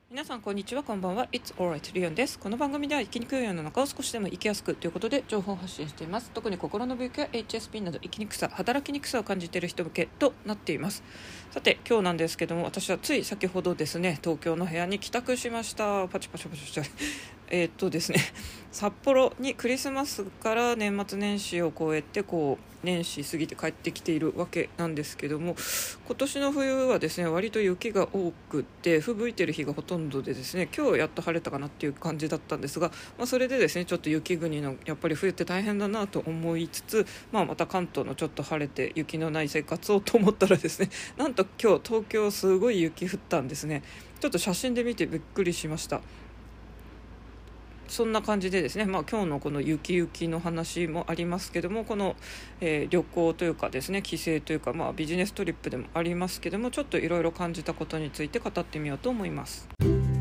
皆さんこんにちは、こんばんは。 It's alright リオンです。この番組では生きにくい世の中を少しでも生きやすくということで情報を発信しています。特に心の病気や HSP など生きにくさ、働きにくさを感じている人向けとなっています。さて今日なんですけども、私はつい先ほどですね、東京の部屋に帰宅しました。パチパチパチパチですね、札幌にクリスマスから年末年始を超えて年始過ぎて帰ってきているわけなんですけども、今年の冬はですね割と雪が多くて吹雪いてる日がほとんどでですね、今日やっと晴れたかなっていう感じだったんですが、それでですねちょっと雪国のやっぱり冬って大変だなと思いつつ、また関東のちょっと晴れて雪のない生活をと思ったらですね、なんと今日東京すごい雪降ったんですね。ちょっと写真で見てびっくりしました。そんな感じでですね、今日のこの雪の話もありますけども、この、旅行というかですね、帰省というか、ビジネストリップでもありますけども、ちょっといろいろ感じたことについて語ってみようと思います。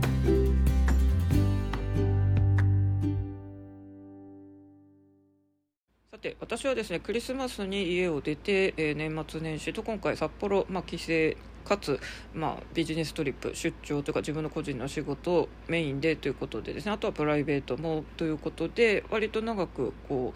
さて私はですねクリスマスに家を出て、年末年始と今回札幌、帰省かつ、ビジネストリップ出張というか自分の個人の仕事をメインでということでですね、あとはプライベートもということで割と長く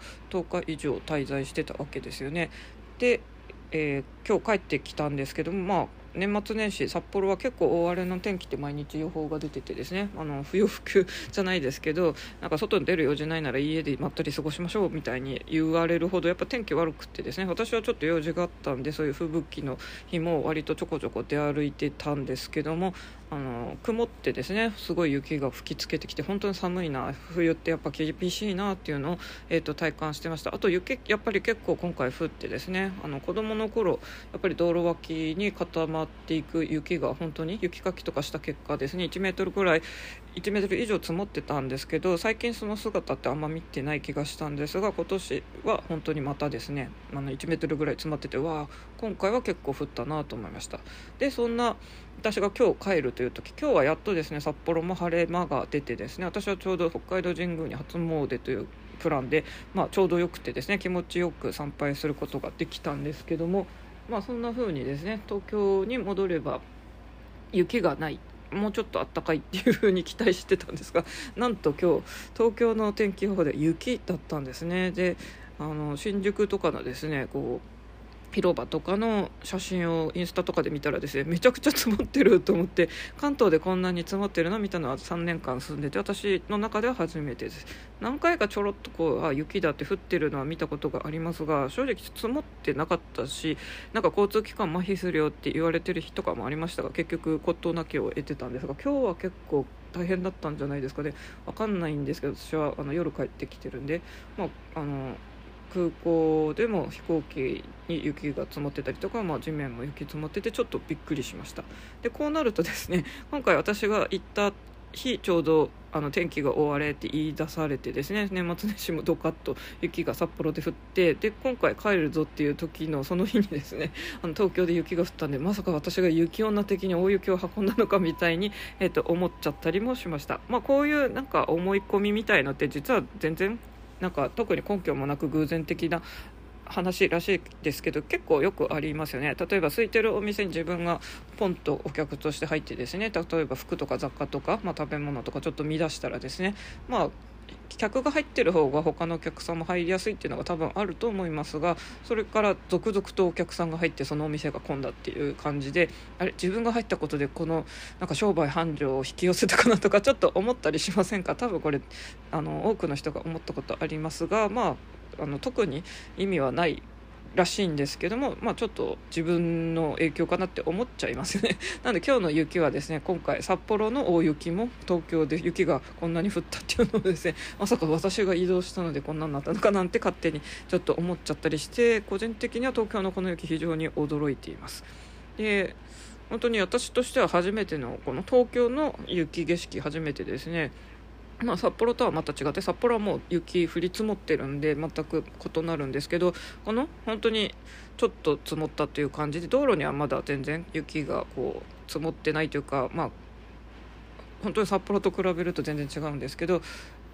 10日以上滞在してたわけですよね。で、今日帰ってきたんですけども、年末年始札幌は結構大荒れの天気って毎日予報が出ててですね、不要不急じゃないですけど、なんか外に出る用事ないなら家でまったり過ごしましょうみたいに言われるほどやっぱ天気悪くてですね、私はちょっと用事があったんでそういう吹雪の日も割とちょこちょこ出歩いてたんですけども、曇ってですねすごい雪が吹きつけてきて本当に寒いな、冬ってやっぱ厳しいなっていうのを、体感してました。あと雪やっぱり結構今回降ってですね、子供の頃やっぱり道路脇に固まっていく雪が本当に雪かきとかした結果ですね、1メートルくらい1メートル以上積もってたんですけど、最近その姿ってあんま見てない気がしたんですが、今年は本当にまたですね1メートルぐらい積もってて、今回は結構降ったなと思いました。でそんな私が今日帰るという時、今日はやっとですね札幌も晴れ間が出てですね、私はちょうど北海道神宮に初詣というプランで、ちょうどよくてですね気持ちよく参拝することができたんですけども、そんな風にですね東京に戻れば雪がない、もうちょっと暖かいっていう風に期待してたんですが、なんと今日東京の天気予報で雪だったんですね。で新宿とかのですね広場とかの写真をインスタとかで見たらですね、めちゃくちゃ積もってると思って、関東でこんなに積もってるの見たのは3年間住んでて私の中では初めてです。何回かちょろっと雪だって降ってるのは見たことがありますが、正直積もってなかったし、なんか交通機関麻痺するよって言われてる日とかもありましたが、結局骨董なきを得てたんですが、今日は結構大変だったんじゃないですかね。わかんないんですけど、私は夜帰ってきてるんで、空港でも飛行機に雪が積もってたりとか、地面も雪積もっててちょっとびっくりしました。でこうなるとですね、今回私が行った日ちょうど天気が大荒れって言い出されてですね、年末年始もドカッと雪が札幌で降って、で今回帰るぞっていう時のその日にですね東京で雪が降ったんで、まさか私が雪女的に大雪を運んだのかみたいに、思っちゃったりもしました。こういうなんか思い込みみたいのって実は全然なんか特に根拠もなく偶然的な話らしいですけど、結構よくありますよね。例えば空いてるお店に自分がポンとお客として入ってですね、例えば服とか雑貨とか、食べ物とかちょっと見出したらですね、客が入ってる方が他のお客さんも入りやすいっていうのが多分あると思いますが、それから続々とお客さんが入ってそのお店が混んだっていう感じで、あれ自分が入ったことでこのなんか商売繁盛を引き寄せたかなとかちょっと思ったりしませんか。多分これ多くの人が思ったことありますが、特に意味はないらしいんですけども、ちょっと自分の影響かなって思っちゃいますよね。なので今日の雪はですね、今回札幌の大雪も東京で雪がこんなに降ったっていうのをですね、まさか私が移動したのでこんなになったのかなんて勝手にちょっと思っちゃったりして、個人的には東京のこの雪非常に驚いています。で本当に私としては初めてのこの東京の雪景色初めてですね。札幌とはまた違って、札幌はもう雪降り積もってるんで全く異なるんですけど、この本当にちょっと積もったという感じで、道路にはまだ全然雪が積もってないというか、本当に札幌と比べると全然違うんですけど、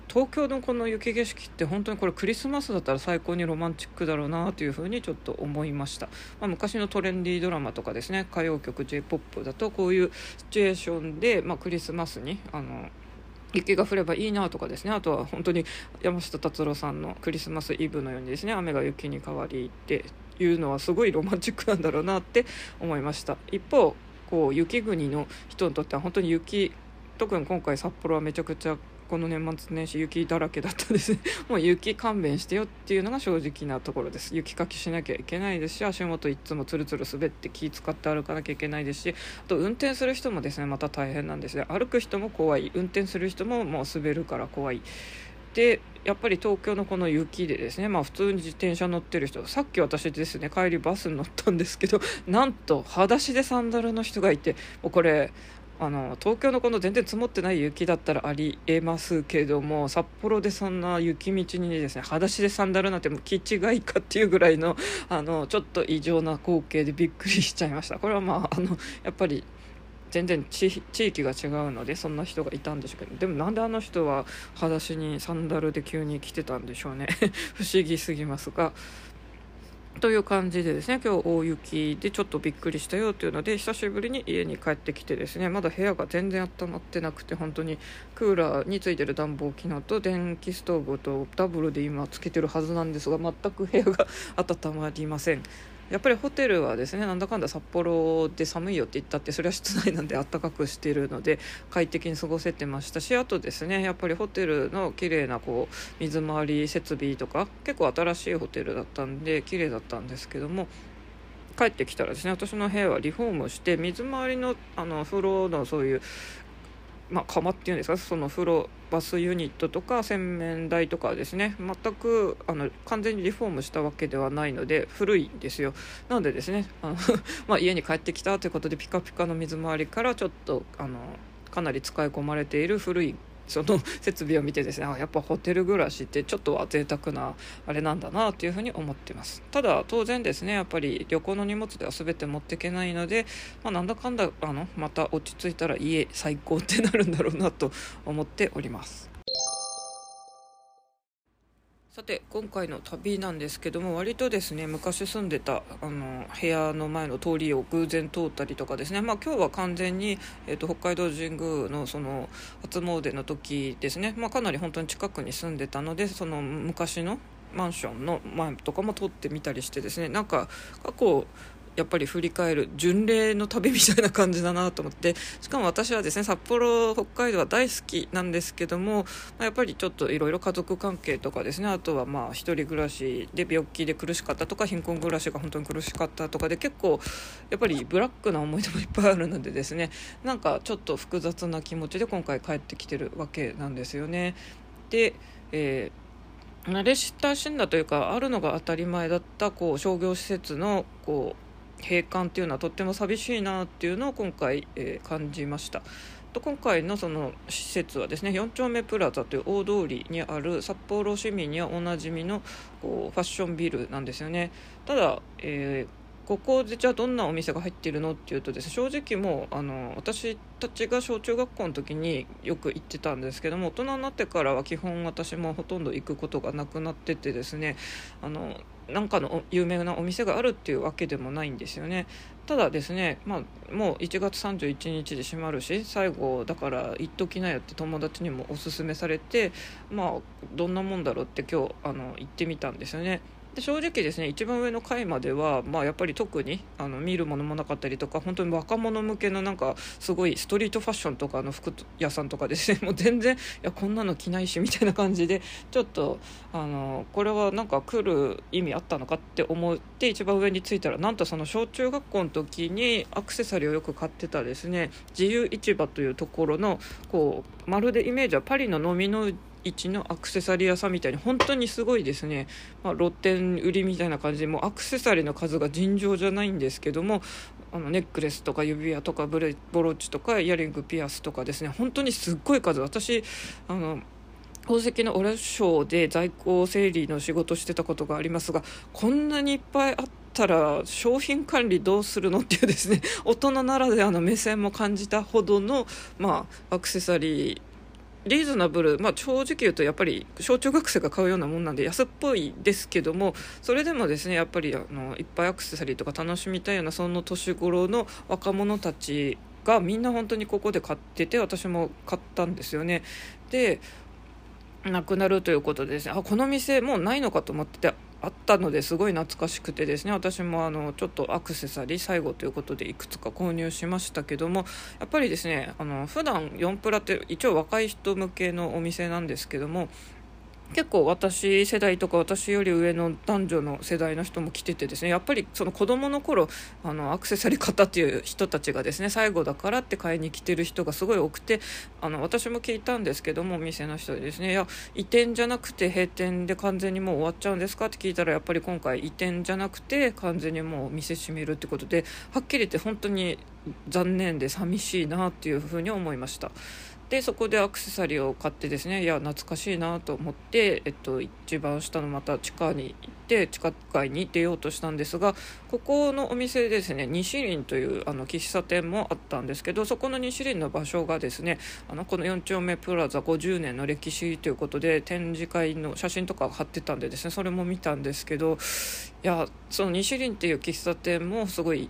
東京のこの雪景色って本当にこれクリスマスだったら最高にロマンチックだろうなというふうにちょっと思いました。昔のトレンディードラマとかですね、歌謡曲 J-POP だとこういうシチュエーションで、クリスマスに雪が降ればいいなとかですね、あとは本当に山下達郎さんのクリスマスイブのようにですね、雨が雪に変わりっていうのはすごいロマンチックなんだろうなって思いました。一方こう雪国の人にとっては本当に特に今回札幌はめちゃくちゃこの年末年始雪だらけだったですねもう雪勘弁してよっていうのが正直なところです。雪かきしなきゃいけないですし、足元いつもつるつる滑って気使って歩かなきゃいけないですし、あと運転する人もですねまた大変なんですね。歩く人も怖い、運転する人ももう滑るから怖いで、やっぱり東京のこの雪でですね、普通に自転車乗ってる人、さっき私ですね帰りバスに乗ったんですけど、なんと裸足でサンダルの人がいて、もうこれ東京のこの全然積もってない雪だったらありえますけども、札幌でそんな雪道にですね裸足でサンダルなんてもう気違いかっていうぐらいのちょっと異常な光景でびっくりしちゃいました。これはやっぱり全然地域が違うのでそんな人がいたんでしょうけど、でもなんであの人は裸足にサンダルで急に来てたんでしょうね不思議すぎますが、という感じでですね、今日大雪でちょっとびっくりしたよというので久しぶりに家に帰ってきてですね、まだ部屋が全然温まってなくて、本当にクーラーについてる暖房機能と電気ストーブとダブルで今つけてるはずなんですが、全く部屋が温まりません。やっぱりホテルはですねなんだかんだ札幌で寒いよって言ったってそれは室内なんで暖かくしているので快適に過ごせてましたし、あとですねやっぱりホテルの綺麗な水回り設備とか結構新しいホテルだったんで綺麗だったんですけども、帰ってきたらですね私の部屋はリフォームして水回りの風呂のそういう釜っていうんですか、その風呂バスユニットとか洗面台とかはですね全く完全にリフォームしたわけではないので古いんですよ。なのでですね家に帰ってきたということでピカピカの水回りからちょっとかなり使い込まれている古いその設備を見てですね、やっぱホテル暮らしってちょっとは贅沢なあれなんだなというふうに思っています。ただ当然ですねやっぱり旅行の荷物では全て持っていけないので、なんだかんだまた落ち着いたら家最高ってなるんだろうなと思っております。さて今回の旅なんですけども、割とですね昔住んでた部屋の前の通りを偶然通ったりとかですね、今日は完全に、北海道神宮のその初詣の時ですね、かなり本当に近くに住んでたのでその昔のマンションの前とかも通ってみたりしてですね、なんか過去やっぱり振り返る巡礼の旅みたいな感じだなと思って、しかも私はですね札幌北海道は大好きなんですけども、やっぱりちょっといろいろ家族関係とかですね、あとは一人暮らしで病気で苦しかったとか貧困暮らしが本当に苦しかったとかで結構やっぱりブラックな思い出もいっぱいあるのでですね、なんかちょっと複雑な気持ちで今回帰ってきてるわけなんですよね。で、慣れ親しんだというかあるのが当たり前だった商業施設の閉館っていうのはとっても寂しいなっていうのを今回、感じました。今回のその施設はですね4丁目プラザという大通りにある札幌市民にはおなじみのファッションビルなんですよね。ただ、ここでじゃあどんなお店が入っているのっていうとですね、正直もう私たちが小中学校の時によく行ってたんですけども、大人になってからは基本私もほとんど行くことがなくなっててですね、なんかの有名なお店があるっていうわけでもないんですよね。ただですね、もう1月31日で閉まるし最後だから行っときなよって友達にもおすすめされて、どんなもんだろうって今日行ってみたんですよね。で正直ですね一番上の階までは、やっぱり特に見るものもなかったりとか、本当に若者向けのなんかすごいストリートファッションとかの服屋さんとかですねもう全然こんなの着ないしみたいな感じで、ちょっとこれはなんか来る意味あったのかって思って一番上に着いたら、なんとその小中学校の時にアクセサリーをよく買ってたですね自由市場というところのまるでイメージはパリの飲みの市のアクセサリー屋さんみたいに本当にすごいですね、露店売りみたいな感じでもうアクセサリーの数が尋常じゃないんですけども、ネックレスとか指輪とかボロッチとかイヤリングピアスとかですね本当にすっごい数、私宝石の卸商で在庫整理の仕事してたことがありますが、こんなにいっぱいあったら商品管理どうするのっていうですね大人ならではの目線も感じたほどの、アクセサリーリーズナブル、正直言うとやっぱり小中学生が買うようなもんなんで安っぽいですけども、それでもですねやっぱりいっぱいアクセサリーとか楽しみたいようなその年頃の若者たちがみんな本当にここで買ってて、私も買ったんですよね。でなくなるということでですね、この店もうないのかと思ってて、あったのですごい懐かしくてですね、私もちょっとアクセサリー最後ということでいくつか購入しましたけども、やっぱりですね普段4プラって一応若い人向けのお店なんですけども、結構私世代とか私より上の男女の世代の人も来ててですね、やっぱりその子供の頃アクセサリー買ったっていう人たちがですね、最後だからって買いに来てる人がすごい多くて、私も聞いたんですけども、店の人でですね、いや移転じゃなくて閉店で完全にもう終わっちゃうんですかって聞いたら、やっぱり今回移転じゃなくて完全にもう店閉めるってことで、はっきり言って本当に残念で寂しいなっていうふうに思いました。でそこでアクセサリーを買ってですね、いや懐かしいなと思って、一番下のまた地下に行って地下街に出ようとしたんですが、ここのお店ですね、西林という喫茶店もあったんですけど、そこの西林の場所がですねこの4丁目プラザ50年の歴史ということで展示会の写真とか貼ってたんでですね、それも見たんですけど、いやその西林っていう喫茶店もすごい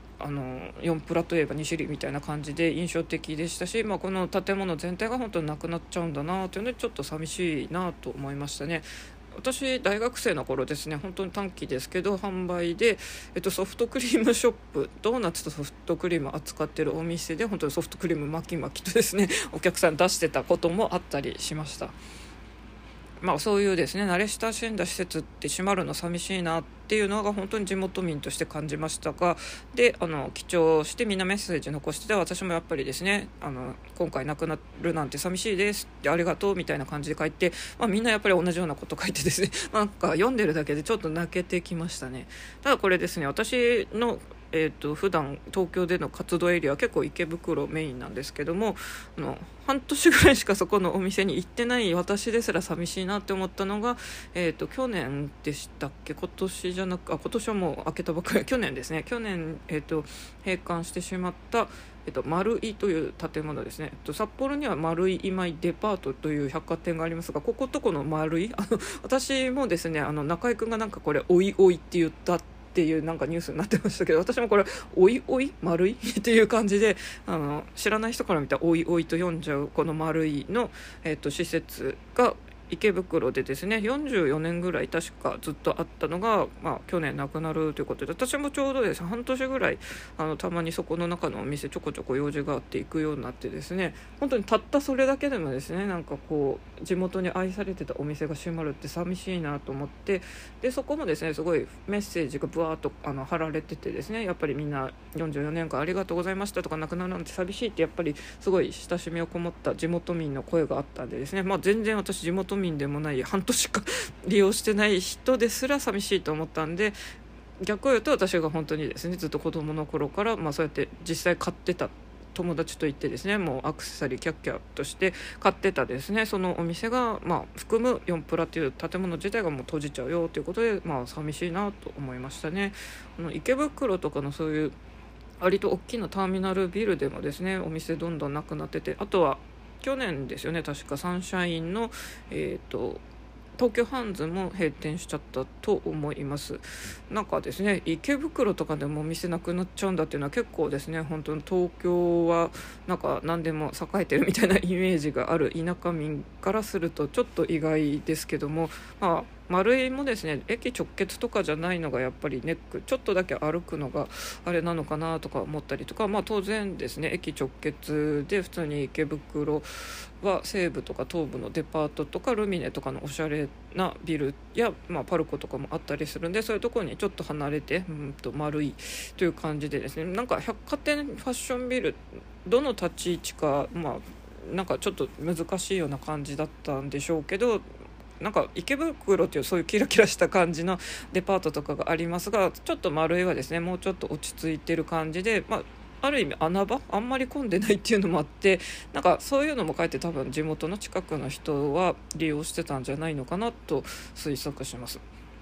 4プラといえば西林みたいな感じで印象的でしたし、この建物全体が本当になくなっちゃうんだなというのでちょっと寂しいなと思いましたね。私大学生の頃ですね、本当に短期ですけど販売で、ソフトクリームショップ、ドーナツとソフトクリームを扱ってるお店で本当にソフトクリーム巻き巻きとですねお客さん出してたこともあったりしました。そういうですね慣れ親しんだ施設って閉まるの寂しいなっていうのが本当に地元民として感じましたが、で記帳してみんなメッセージ残してて、私もやっぱりですね今回亡くなるなんて寂しいですってありがとうみたいな感じで書いて、みんなやっぱり同じようなこと書いてですねなんか読んでるだけでちょっと泣けてきましたね。ただこれですね、私の普段東京での活動エリアは結構池袋メインなんですけども、半年ぐらいしかそこのお店に行ってない私ですら寂しいなって思ったのが、去年でしたっけ、今年じゃなく今年はもう開けたばっかり、去年ですね、去年、閉館してしまった丸井という建物ですね。札幌には丸井今井デパートという百貨店がありますが、こことこの丸井私もですね中居君がなんかこれおいおいって言ったっていうなんかニュースになってましたけど、私もこれおいおい丸いっていう感じで知らない人から見たらおいおいと読んじゃうこの丸いの、施設が池袋でですね44年ぐらい確かずっとあったのが、去年なくなるということで、私もちょうどですね半年ぐらいたまにそこの中のお店ちょこちょこ用事があって行くようになってですね、本当にたったそれだけでもですねなんかこう地元に愛されてたお店が閉まるって寂しいなと思って、でそこもですねすごいメッセージがブワーっと貼られててですね、やっぱりみんな44年間ありがとうございましたとか、なくなるなんて寂しいってやっぱりすごい親しみをこもった地元民の声があったんでですね、全然私地元民でもない半年間利用してない人ですら寂しいと思ったんで、逆を言うと私が本当にですねずっと子供の頃から、そうやって実際買ってた友達と行ってですね、もうアクセサリーキャッキャとして買ってたですねそのお店が、含む4プラという建物自体がもう閉じちゃうよということで、寂しいなと思いましたね。池袋とかのそういう割と大きなターミナルビルでもですねお店どんどんなくなってて、あとは去年ですよね確かサンシャインの東急ハンズも閉店しちゃったと思います。なんかですね池袋とかでもお店なくなっちゃうんだっていうのは結構ですね本当に東京はなんか何でも栄えてるみたいなイメージがある田舎民からするとちょっと意外ですけども、丸いもですね駅直結とかじゃないのがやっぱりネック、ちょっとだけ歩くのがあれなのかなとか思ったりとか、当然ですね駅直結で普通に池袋は西部とか東部のデパートとかルミネとかのおしゃれなビルや、パルコとかもあったりするんで、そういうところにちょっと離れて丸いという感じでですね、なんか百貨店ファッションビルどの立ち位置かなんかちょっと難しいような感じだったんでしょうけど、なんか池袋っていうそういうキラキラした感じのデパートとかがありますが、ちょっと丸いはですねもうちょっと落ち着いてる感じで、ある意味穴場あんまり混んでないっていうのもあって、なんかそういうのも書いて多分地元の近くの人は利用してたんじゃないのかなと推測します。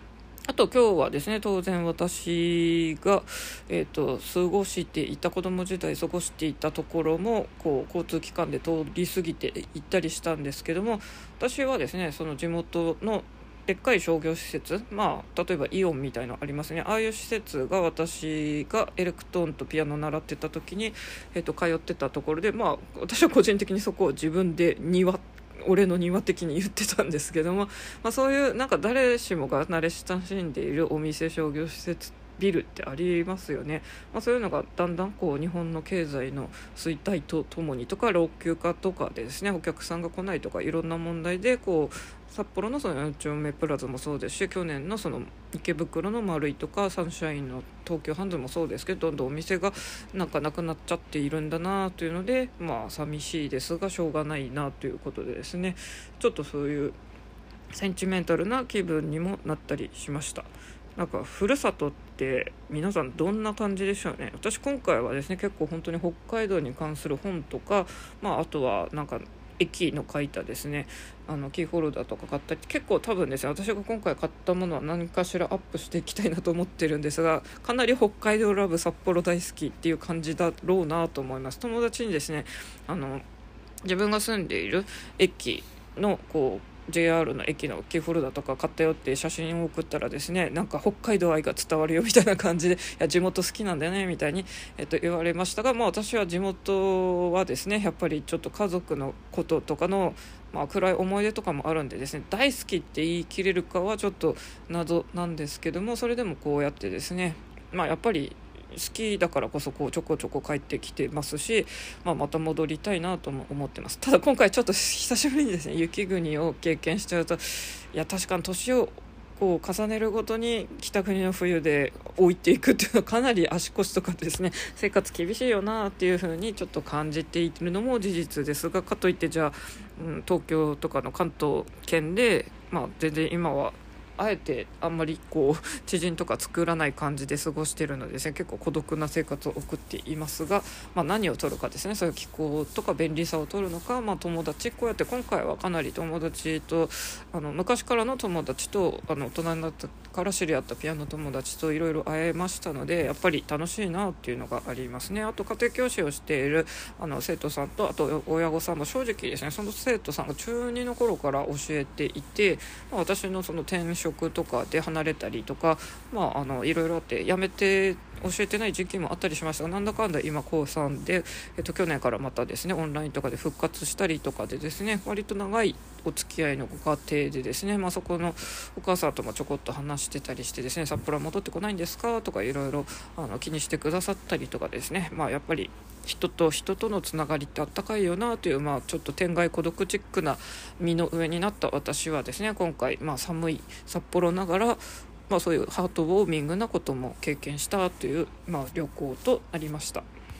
あと今日はですね、当然私が、過ごしていた子供時代過ごしていたところもこう交通機関で通り過ぎて行ったりしたんですけども、私はですねその地元のでっかい商業施設、例えばイオンみたいなのありますね。ああいう施設が私がエレクトーンとピアノを習ってた時に、通ってたところで、私は個人的にそこを自分で俺の庭的に言ってたんですけども、そういうなんか誰しもが慣れ親しんでいるお店、商業施設、ビルってありますよね。そういうのがだんだんこう日本の経済の衰退とともにとか老朽化とかでですね、お客さんが来ないとかいろんな問題でこう札幌のその4丁目プラザもそうですし、去年のその池袋の丸いとかサンシャインの東急ハンズもそうですけど、どんどんお店がなんかなくなっちゃっているんだなというので、寂しいですがしょうがないなということでですね、ちょっとそういうセンチメンタルな気分にもなったりしました。なんかふるさとって皆さんどんな感じでしょうね。私今回はですね結構本当に北海道に関する本とか、あとはなんか駅の書いたですねキーホルダーとか買ったり、結構多分ですね私が今回買ったものは何かしらアップしていきたいなと思ってるんですが、かなり北海道ラブ札幌大好きっていう感じだろうなと思います。友達にですね自分が住んでいる駅のこうJR の駅のキーホルダーとか買ったよって写真を送ったらですね、なんか北海道愛が伝わるよみたいな感じで、いや地元好きなんだよねみたいに、言われましたが、私は地元はですねやっぱりちょっと家族のこととかの暗い思い出とかもあるんでですね、大好きって言い切れるかはちょっと謎なんですけども、それでもこうやってですねやっぱり好きだからこそこうちょこちょこ帰ってきてますし、また戻りたいなとも思ってます。ただ今回ちょっと久しぶりにですね雪国を経験しちゃうと、いや確かに年をこう重ねるごとに北国の冬で置いていくっていうのはかなり足腰とかですね生活厳しいよなっていう風にちょっと感じているのも事実ですが、かといってじゃあ、東京とかの関東圏で、全然今はあえてあんまりこう知人とか作らない感じで過ごしているのでですね、結構孤独な生活を送っていますが、何を取るかですね、そういう気候とか便利さを取るのか、友達、こうやって今回はかなり友達と昔からの友達と大人になったから知り合ったピアノ友達といろいろ会えましたので、やっぱり楽しいなっていうのがありますね。あと家庭教師をしている生徒さんと、あと親御さんも正直ですね、その生徒さんが中2の頃から教えていて、私のその転職とかで離れたりとか、いろいろあって辞めて教えてない時期もあったりしましたが、なんだかんだ今高3で、去年からまたですねオンラインとかで復活したりとかでですね、割と長いお付き合いのご家庭でですね、そこのお母さんともちょこっと話してたりしてですね、札幌は戻ってこないんですかとかいろいろ気にしてくださったりとかですね、やっぱり人と人とのつながりってあったかいよなという、ちょっと天涯孤独チックな身の上になった私はですね、今回、寒い札幌ながら、そういうハートウォーミングなことも経験したという、旅行となりました。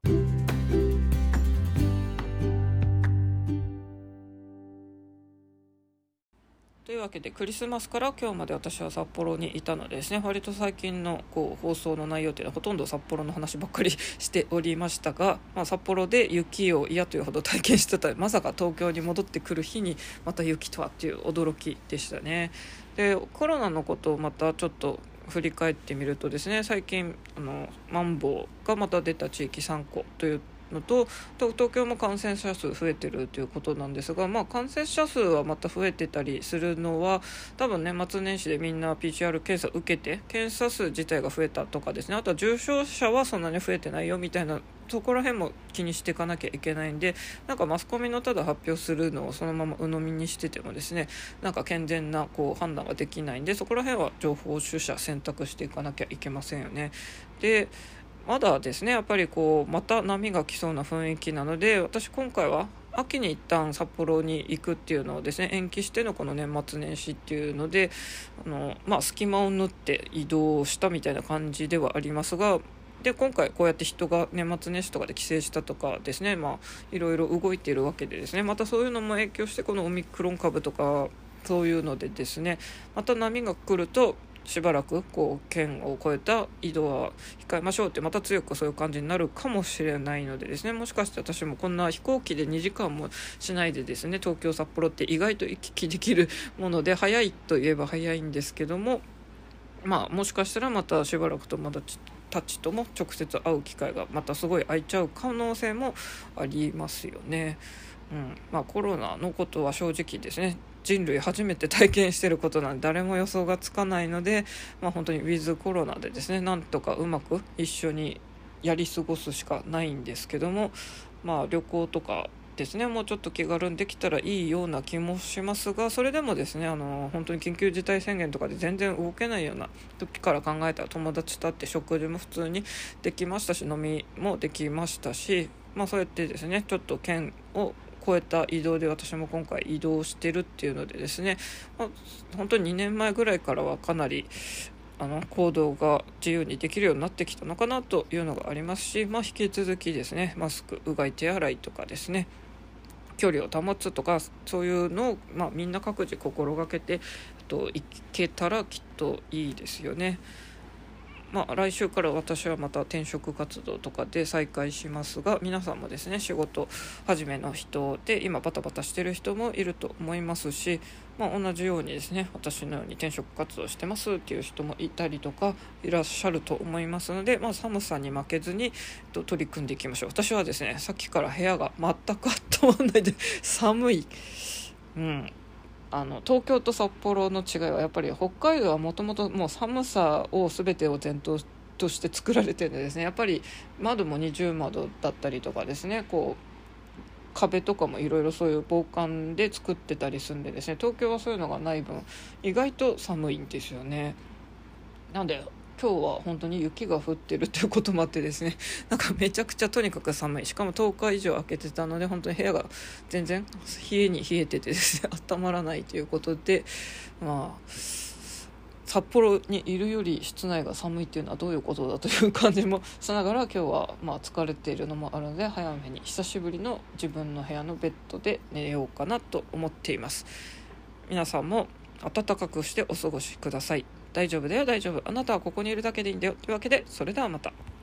というわけでクリスマスから今日まで私は札幌にいたのでですね、割と最近のこう放送の内容というのはほとんど札幌の話ばっかりしておりましたが、札幌で雪を嫌というほど体験してた、まさか東京に戻ってくる日にまた雪とはっていう驚きでしたね。でコロナのことをまたちょっと振り返ってみるとですね、最近マンボウがまた出た地域3個というのと、東京も感染者数増えてるということなんですが、感染者数はまた増えてたりするのは多分年末年始でみんな PCR 検査受けて検査数自体が増えたとかですね、あとは重症者はそんなに増えてないよみたいなそこら辺も気にしていかなきゃいけないんで、なんかマスコミのただ発表するのをそのまま鵜呑みにしててもですね、なんか健全なこう判断ができないんで、そこら辺は情報取捨選択していかなきゃいけませんよね。でまだですねやっぱりこうまた波が来そうな雰囲気なので、私今回は秋に一旦札幌に行くっていうのをですね延期してのこの年末年始っていうので隙間を縫って移動したみたいな感じではありますが、で今回こうやって人が年末年始とかで帰省したとかですね、いろいろ動いているわけでですね、またそういうのも影響してこのオミクロン株とかそういうのでですね、また波が来るとしばらくこう県を越えた移動は控えましょうって、また強くそういう感じになるかもしれないのでですね、もしかして私もこんな飛行機で2時間もしないでですね、東京札幌って意外と行き来できるもので早いといえば早いんですけども、 もしかしたらまたしばらく友達たちとも直接会う機会がまたすごい空いちゃう可能性もありますよね。コロナのことは正直ですね、人類初めて体験していることなんで誰も予想がつかないので、本当にウィズコロナでですね、なんとかうまく一緒にやり過ごすしかないんですけども、旅行とかですね、もうちょっと気軽にできたらいいような気もしますが、それでもですね、本当に緊急事態宣言とかで全然動けないような時から考えたら、友達と会って食事も普通にできましたし、飲みもできましたし、そうやってですね、ちょっと県を超えた移動で私も今回移動してるっていうのでですね、本当に2年前ぐらいからはかなり行動が自由にできるようになってきたのかなというのがありますし、引き続きですね、マスク、うがい手洗いとかですね、距離を保つとか、そういうのを、みんな各自心がけていけたらきっといいですよね。来週から私はまた転職活動とかで再開しますが、皆さんもですね、仕事始めの人で今バタバタしてる人もいると思いますし、同じようにですね、私のように転職活動してますっていう人もいたりとかいらっしゃると思いますので、寒さに負けずに取り組んでいきましょう。私はですね、さっきから部屋が全く温まらないで寒い。東京と札幌の違いはやっぱり、北海道はもともともう寒さを全てを前提として作られてるんでですね、やっぱり窓も二重窓だったりとかですね、壁とかもいろいろそういう防寒で作ってたりするんでですね、東京はそういうのがない分意外と寒いんですよね。なんで今日は本当に雪が降ってるということもあってですね、めちゃくちゃとにかく寒い、しかも10日以上空けてたので、本当に部屋が全然冷えに冷えててですね、温まらないということで、札幌にいるより室内が寒いっていうのはどういうことだという感じもしながら、今日は疲れているのもあるので、早めに久しぶりの自分の部屋のベッドで寝ようかなと思っています。皆さんも暖かくしてお過ごしください。大丈夫だよ、大丈夫、あなたはここにいるだけでいいんだよというわけで、それではまた。